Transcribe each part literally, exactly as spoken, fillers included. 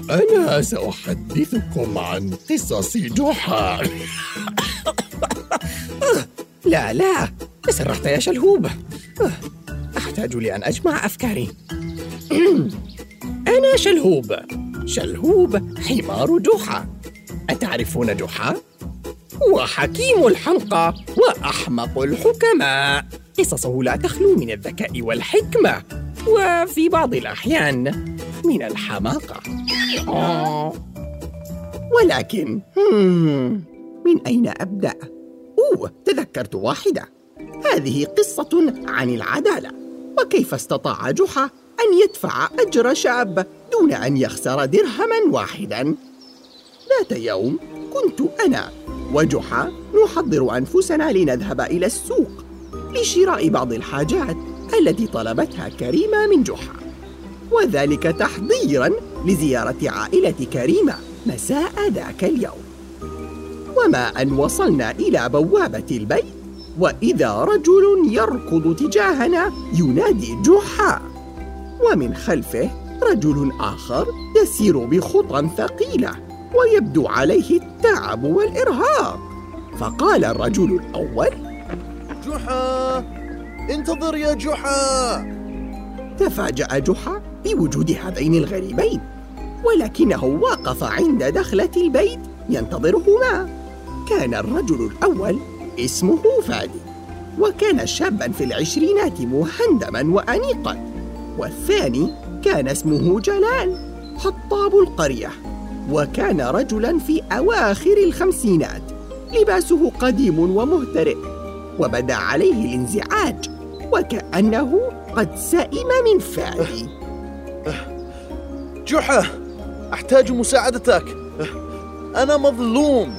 أنا سأحدثكم عن قصص جحا. لا لا، تسرحت يا شلهوب. أحتاج لأن أجمع أفكاري. أنا شلهوب، شلهوب حمار جحا. أتعرفون جحا؟ هو حكيم الحمقى وأحمق الحكماء. قصصه لا تخلو من الذكاء والحكمة، وفي بعض الأحيان من الحماقة. ولكن من أين أبدأ؟ أوه، تذكرت واحدة. هذه قصة عن العدالة، وكيف استطاع جحا أن يدفع أجر شاب دون أن يخسر درهما واحدا. ذات يوم كنت أنا وجحا نحضر أنفسنا لنذهب إلى السوق لشراء بعض الحاجات التي طلبتها كريمة من جحا، وذلك تحضيراً لزيارة عائلة كريمة مساء ذاك اليوم. وما أن وصلنا إلى بوابة البيت، وإذا رجل يركض تجاهنا ينادي جحا، ومن خلفه رجل آخر يسير بخطى ثقيلة ويبدو عليه التعب والإرهاق. فقال الرجل الأول: جحا، انتظر يا جحا. تفاجأ جحا بوجود هذين الغريبين، ولكنه وقف عند دخلة البيت ينتظرهما. كان الرجل الأول اسمه فادي، وكان شاباً في العشرينات مهندماً وأنيقاً. والثاني كان اسمه جلال حطاب القرية، وكان رجلاً في أواخر الخمسينات، لباسه قديم ومهترئ، وبدا عليه الانزعاج وكأنه قد سئم من فادي. جحا، أحتاج مساعدتك، أنا مظلوم.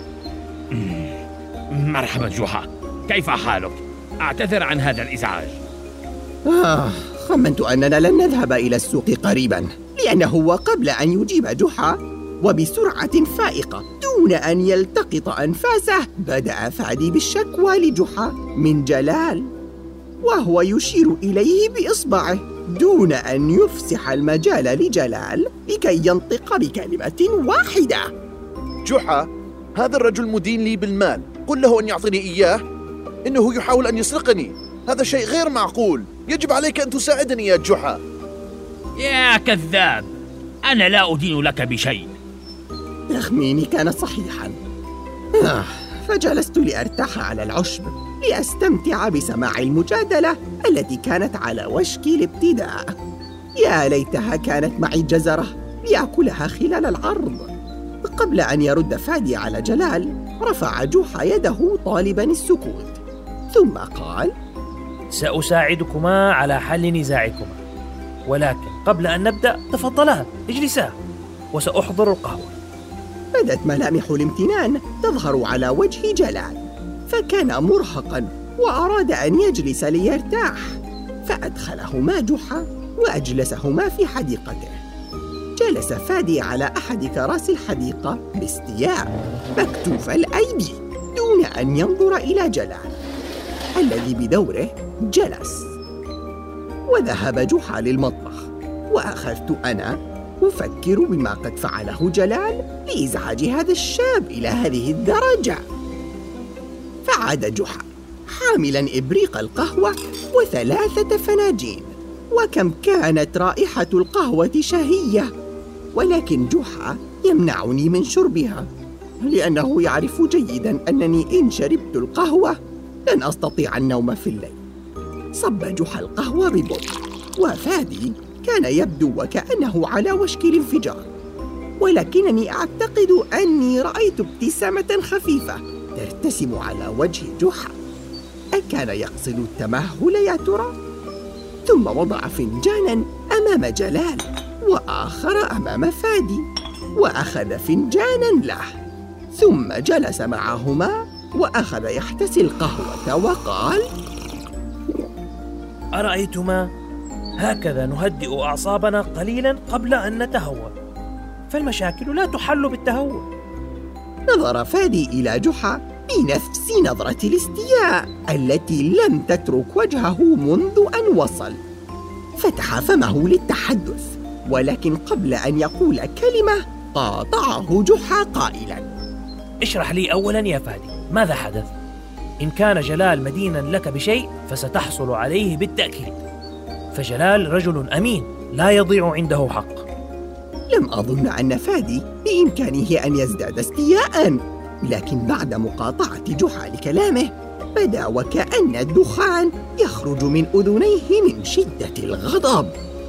مرحبا جحا، كيف حالك؟ أعتذر عن هذا الإزعاج. آه، خمنت أننا لن نذهب إلى السوق قريبا، لأنه وقبل أن يجيب جحا وبسرعة فائقة دون أن يلتقط أنفاسه بدأ فادي بالشكوى لجحا من جلال، وهو يشير إليه بإصبعه دون أن يفسح المجال لجلال لكي ينطق بكلمة واحدة. جحا، هذا الرجل مدين لي بالمال، قل له أن يعطيني إياه. إنه يحاول أن يسرقني، هذا شيء غير معقول. يجب عليك أن تساعدني يا جحا. يا كذاب، أنا لا أدين لك بشيء. تخميني كان صحيحا. آه، فجلست لأرتاح على العشب لأستمتع بسماع المجادلة التي كانت على وشك الابتداء. يا ليتها كانت معي جزرة لأكلها خلال العرض. قبل أن يرد فادي على جلال رفع جحا يده طالبا السكوت، ثم قال: سأساعدكما على حل نزاعكما، ولكن قبل أن نبدأ تفضلا اجلسا وسأحضر القهوة. بدت ملامح الامتنان تظهر على وجه جلال، فكان مرهقا وأراد أن يجلس ليرتاح، فأدخلهما جحا وأجلسهما في حديقته. جلس فادي على أحد كراسي الحديقة باستياء مكتوف الأيدي دون أن ينظر إلى جلال الذي بدوره جلس. وذهب جحا للمطبخ، وأخذت أنا أفكر بما قد فعله جلال لإزعاج هذا الشاب إلى هذه الدرجة. فعاد جحا حاملاً إبريق القهوة وثلاثة فناجين، وكم كانت رائحة القهوة شهية، ولكن جحا يمنعني من شربها لأنه يعرف جيداً أنني إن شربت القهوة لن أستطيع النوم في الليل. صب جحا القهوة ببطء، وفادي كان يبدو وكأنه على وشك الانفجار، ولكنني أعتقد أني رأيت ابتسامة خفيفة ترتسم على وجه جحا. أكان يقصد التمهل يا ترى؟ ثم وضع فنجاناً أمام جلال وآخر أمام فادي، وأخذ فنجاناً له، ثم جلس معهما وأخذ يحتسي القهوة وقال: أرأيتما؟ هكذا نهدئ أعصابنا قليلاً قبل أن نتهور، فالمشاكل لا تحل بالتهور. نظر فادي إلى جحا بنفس نظرة الاستياء التي لم تترك وجهه منذ أن وصل. فتح فمه للتحدث، ولكن قبل أن يقول كلمة قاطعه جحا قائلا: اشرح لي أولا يا فادي، ماذا حدث؟ إن كان جلال مدينا لك بشيء فستحصل عليه بالتأكيد، فجلال رجل أمين لا يضيع عنده حق. لم أظن أن فادي بإمكانه أن يزداد استياءً، لكن بعد مقاطعة جحا لكلامه بدا وكأن الدخان يخرج من أذنيه من شدة الغضب.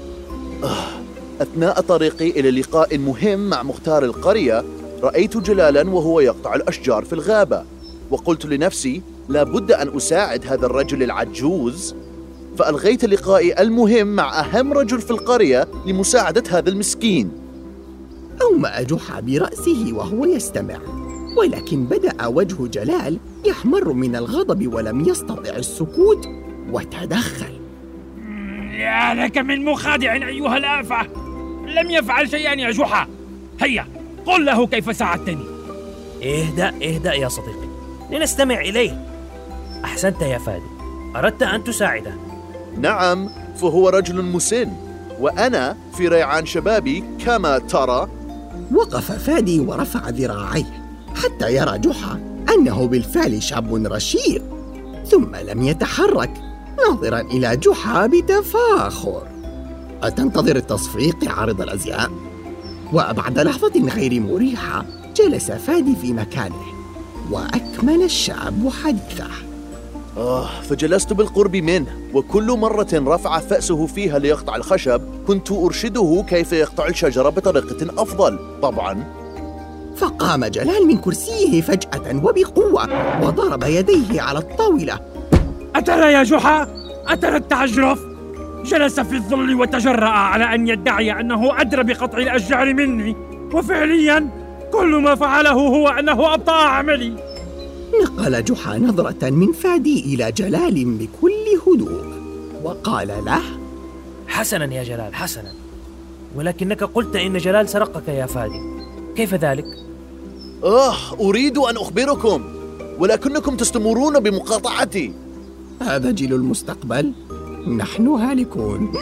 أثناء طريقي إلى لقاء مهم مع مختار القرية رأيت جلالا وهو يقطع الأشجار في الغابة، وقلت لنفسي لا بد أن أساعد هذا الرجل العجوز، فألغيت لقائي المهم مع أهم رجل في القرية لمساعدة هذا المسكين. أومأ جحا برأسه وهو يستمع، ولكن بدأ وجه جلال يحمر من الغضب ولم يستطع السكوت وتدخل. يا لك من مخادع أيها الآفة، لم يفعل شيئا يا جحا. هيا قل له كيف ساعدتني. اهدأ اهدأ يا صديقي لنستمع إليه. أحسنت يا فادي، أردت أن تساعده. نعم، فهو رجل مسن وأنا في ريعان شبابي كما ترى. وقف فادي ورفع ذراعيه حتى يرى جحا أنه بالفعل شاب رشيق، ثم لم يتحرك ناظراً إلى جحا بتفاخر. أتنتظر التصفيق عارض الأزياء؟ وبعد لحظة غير مريحة جلس فادي في مكانه وأكمل الشاب حديثه. آه فجلست بالقرب منه، وكل مرة رفع فأسه فيها ليقطع الخشب كنت أرشده كيف يقطع الشجرة بطريقة أفضل طبعاً. فقام جلال من كرسيه فجأة وبقوة وضرب يديه على الطاولة. أترى يا جحا؟ أترى التعجرف؟ جلس في الظل وتجرأ على أن يدعي أنه أدرى بقطع الأشجار مني، وفعلياً كل ما فعله هو أنه أبطأ عملي. نقل جحا نظرة من فادي إلى جلال بكل هدوء وقال له: حسناً يا جلال، حسناً، ولكنك قلت إن جلال سرقك يا فادي، كيف ذلك؟ آه أريد أن أخبركم ولكنكم تستمرون بمقاطعتي. هذا جيل المستقبل، نحن هالكون.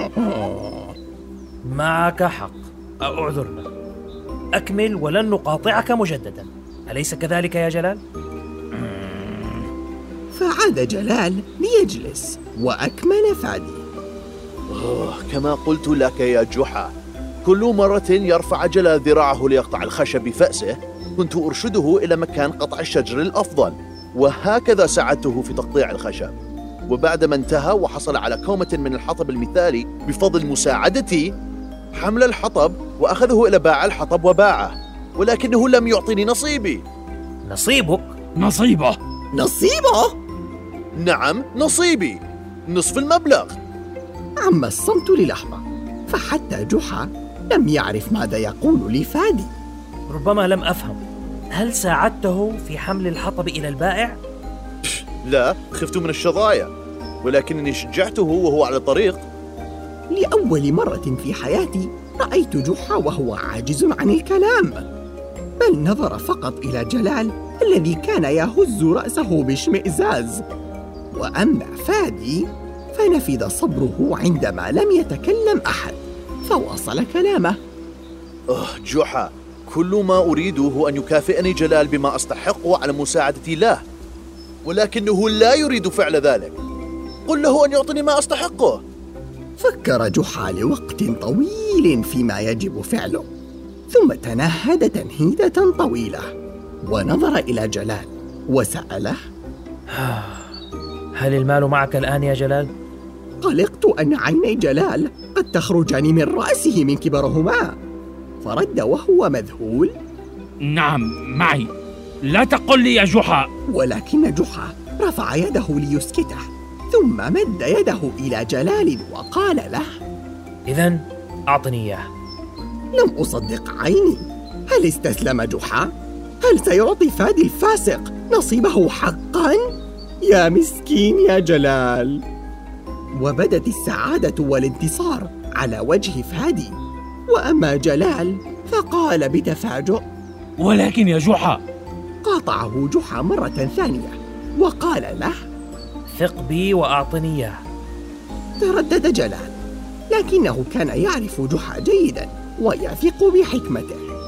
معك حق، أعذرنا، أكمل ولن نقاطعك مجددا، أليس كذلك يا جلال؟ فعاد جلال ليجلس وأكمل فادي. آه كما قلت لك يا جحا، كل مرة يرفع جلال ذراعه ليقطع الخشب بفأسه كنت أرشده إلى مكان قطع الشجر الأفضل، وهكذا ساعدته في تقطيع الخشب. وبعدما انتهى وحصل على كومة من الحطب المثالي بفضل مساعدتي، حمل الحطب وأخذه إلى باع الحطب وباعه، ولكنه لم يعطني نصيبي. نصيبك؟ نصيبه؟ نصيبه؟ نعم نصيبي، نصف المبلغ. عم الصمت للحظة، فحتى جحا لم يعرف ماذا يقول لفادي. ربما لم أفهم، هل ساعدته في حمل الحطب إلى البائع؟ لا، خفت من الشظايا، ولكنني شجعته وهو على الطريق. لأول مرة في حياتي رأيت جحا وهو عاجز عن الكلام، بل نظر فقط إلى جلال الذي كان يهز رأسه باشمئزاز. وأما فادي فنفذ صبره عندما لم يتكلم أحد، فواصل كلامه: أه جحا، كل ما أريده هو أن يكافئني جلال بما أستحقه على مساعدتي له، ولكنه لا يريد فعل ذلك. قل له أن يعطني ما أستحقه. فكر جحا لوقت طويل فيما يجب فعله، ثم تنهد تنهيدة طويلة ونظر إلى جلال وسأله: هل المال معك الآن يا جلال؟ قلقت أن عيني جلال قد تخرجان من رأسه من كبرهما، فرد وهو مذهول: نعم معي، لا تقل لي يا جحا. ولكن جحا رفع يده ليسكته، ثم مد يده إلى جلال وقال له: إذن أعطني إياه. لم أصدق عيني. هل استسلم جحا؟ هل سيعطي فادي الفاسق نصيبه حقاً؟ يا مسكين يا جلال. وبدت السعادة والانتصار على وجه فادي، وأما جلال فقال بتفاجؤ: ولكن يا جحا. قاطعه جحا مرة ثانية وقال له: ثق بي وأعطني إياه. تردد جلال، لكنه كان يعرف جحا جيداً ويثق بحكمته،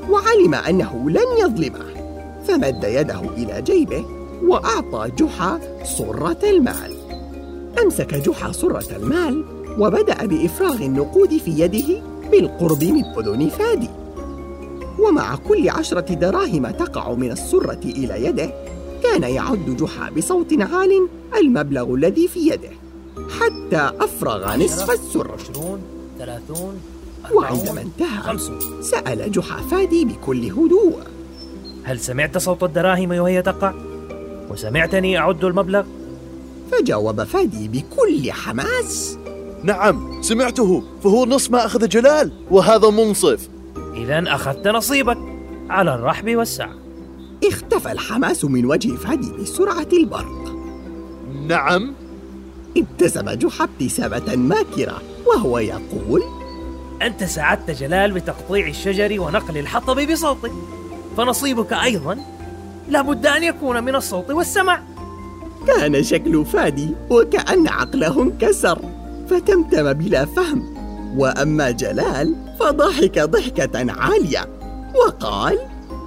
وعلم أنه لن يظلمه، فمد يده إلى جيبه وأعطى جحا صرة المال. أمسك جحا صرة المال وبدأ بإفراغ النقود في يده بالقرب من أذن فادي، ومع كل عشرة دراهم تقع من الصرة إلى يده كان يعد جحا بصوت عال المبلغ الذي في يده حتى أفرغ نصف السرة. عشرون، ثلاثون، وعندما انتهى خمسون. سأل جحا فادي بكل هدوء: هل سمعت صوت الدراهم وهي تقع؟ وسمعتني أعد المبلغ؟ فجاوب فادي بكل حماس: نعم سمعته، فهو نصف ما أخذ جلال وهذا منصف. إذن أخذت نصيبك على الرحب والسعة. اختفى الحماس من وجه فادي بسرعة البرق. نعم. ابتسم جحا ابتسامة ماكرة وهو يقول: أنت ساعدت جلال بتقطيع الشجر ونقل الحطب بصوتك، فنصيبك أيضا لابد أن يكون من الصوت والسمع. كان شكل فادي وكأن عقله انكسر فتمتم بلا فهم، وأما جلال فضحك ضحكة عالية وقال: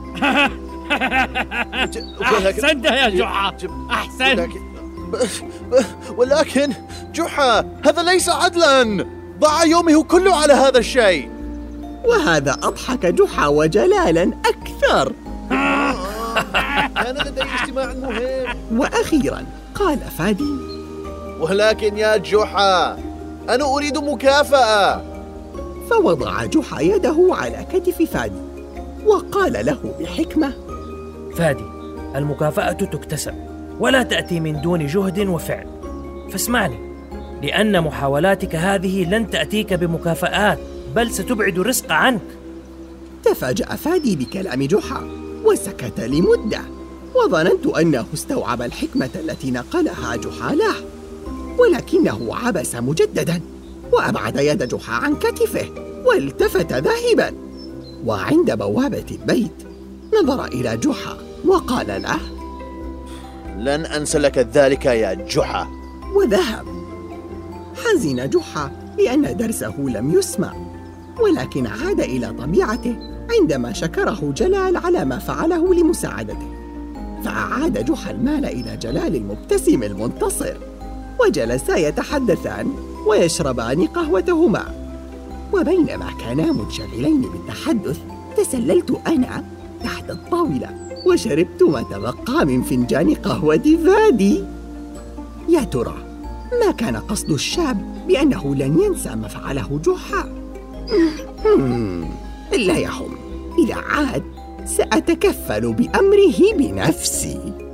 أحسنت يا جحا، أحسنت. ولكن جحا هذا ليس عدلا، ضاع يومه كله على هذا الشيء. وهذا أضحك جحا وجلالا أكثر. كان لدي اجتماع مهم. وأخيرا قال فادي: ولكن يا جحا أنا أريد مكافأة. فوضع جحا يده على كتف فادي وقال له بحكمة: فادي، المكافأة تكتسب ولا تأتي من دون جهد وفعل، فاسمعني، لأن محاولاتك هذه لن تأتيك بمكافآت بل ستبعد الرزق عنك. تفاجأ فادي بكلام جحا وسكت لمدة، وظننت أنه استوعب الحكمة التي نقلها جحا له، ولكنه عبس مجددا وأبعد يد جحا عن كتفه والتفت ذاهبا. وعند بوابة البيت نظر إلى جحا وقال له: لن أنسى لك ذلك يا جحا. وذهب. حزن جحا لأن درسه لم يسمع، ولكن عاد إلى طبيعته عندما شكره جلال على ما فعله لمساعدته، فأعاد جحا المال إلى جلال المبتسم المنتصر، وجلسا يتحدثان ويشربان قهوتهما. وبينما كانا منشغلين بالتحدث تسللت أنا تحت الطاولة وشربت ما تبقى من فنجان قهوة فادي. يا ترى ما كان قصد الشاب بأنه لن ينسى ما فعله جحا؟ لا يهم، إذا عاد سأتكفل بأمره بنفسي.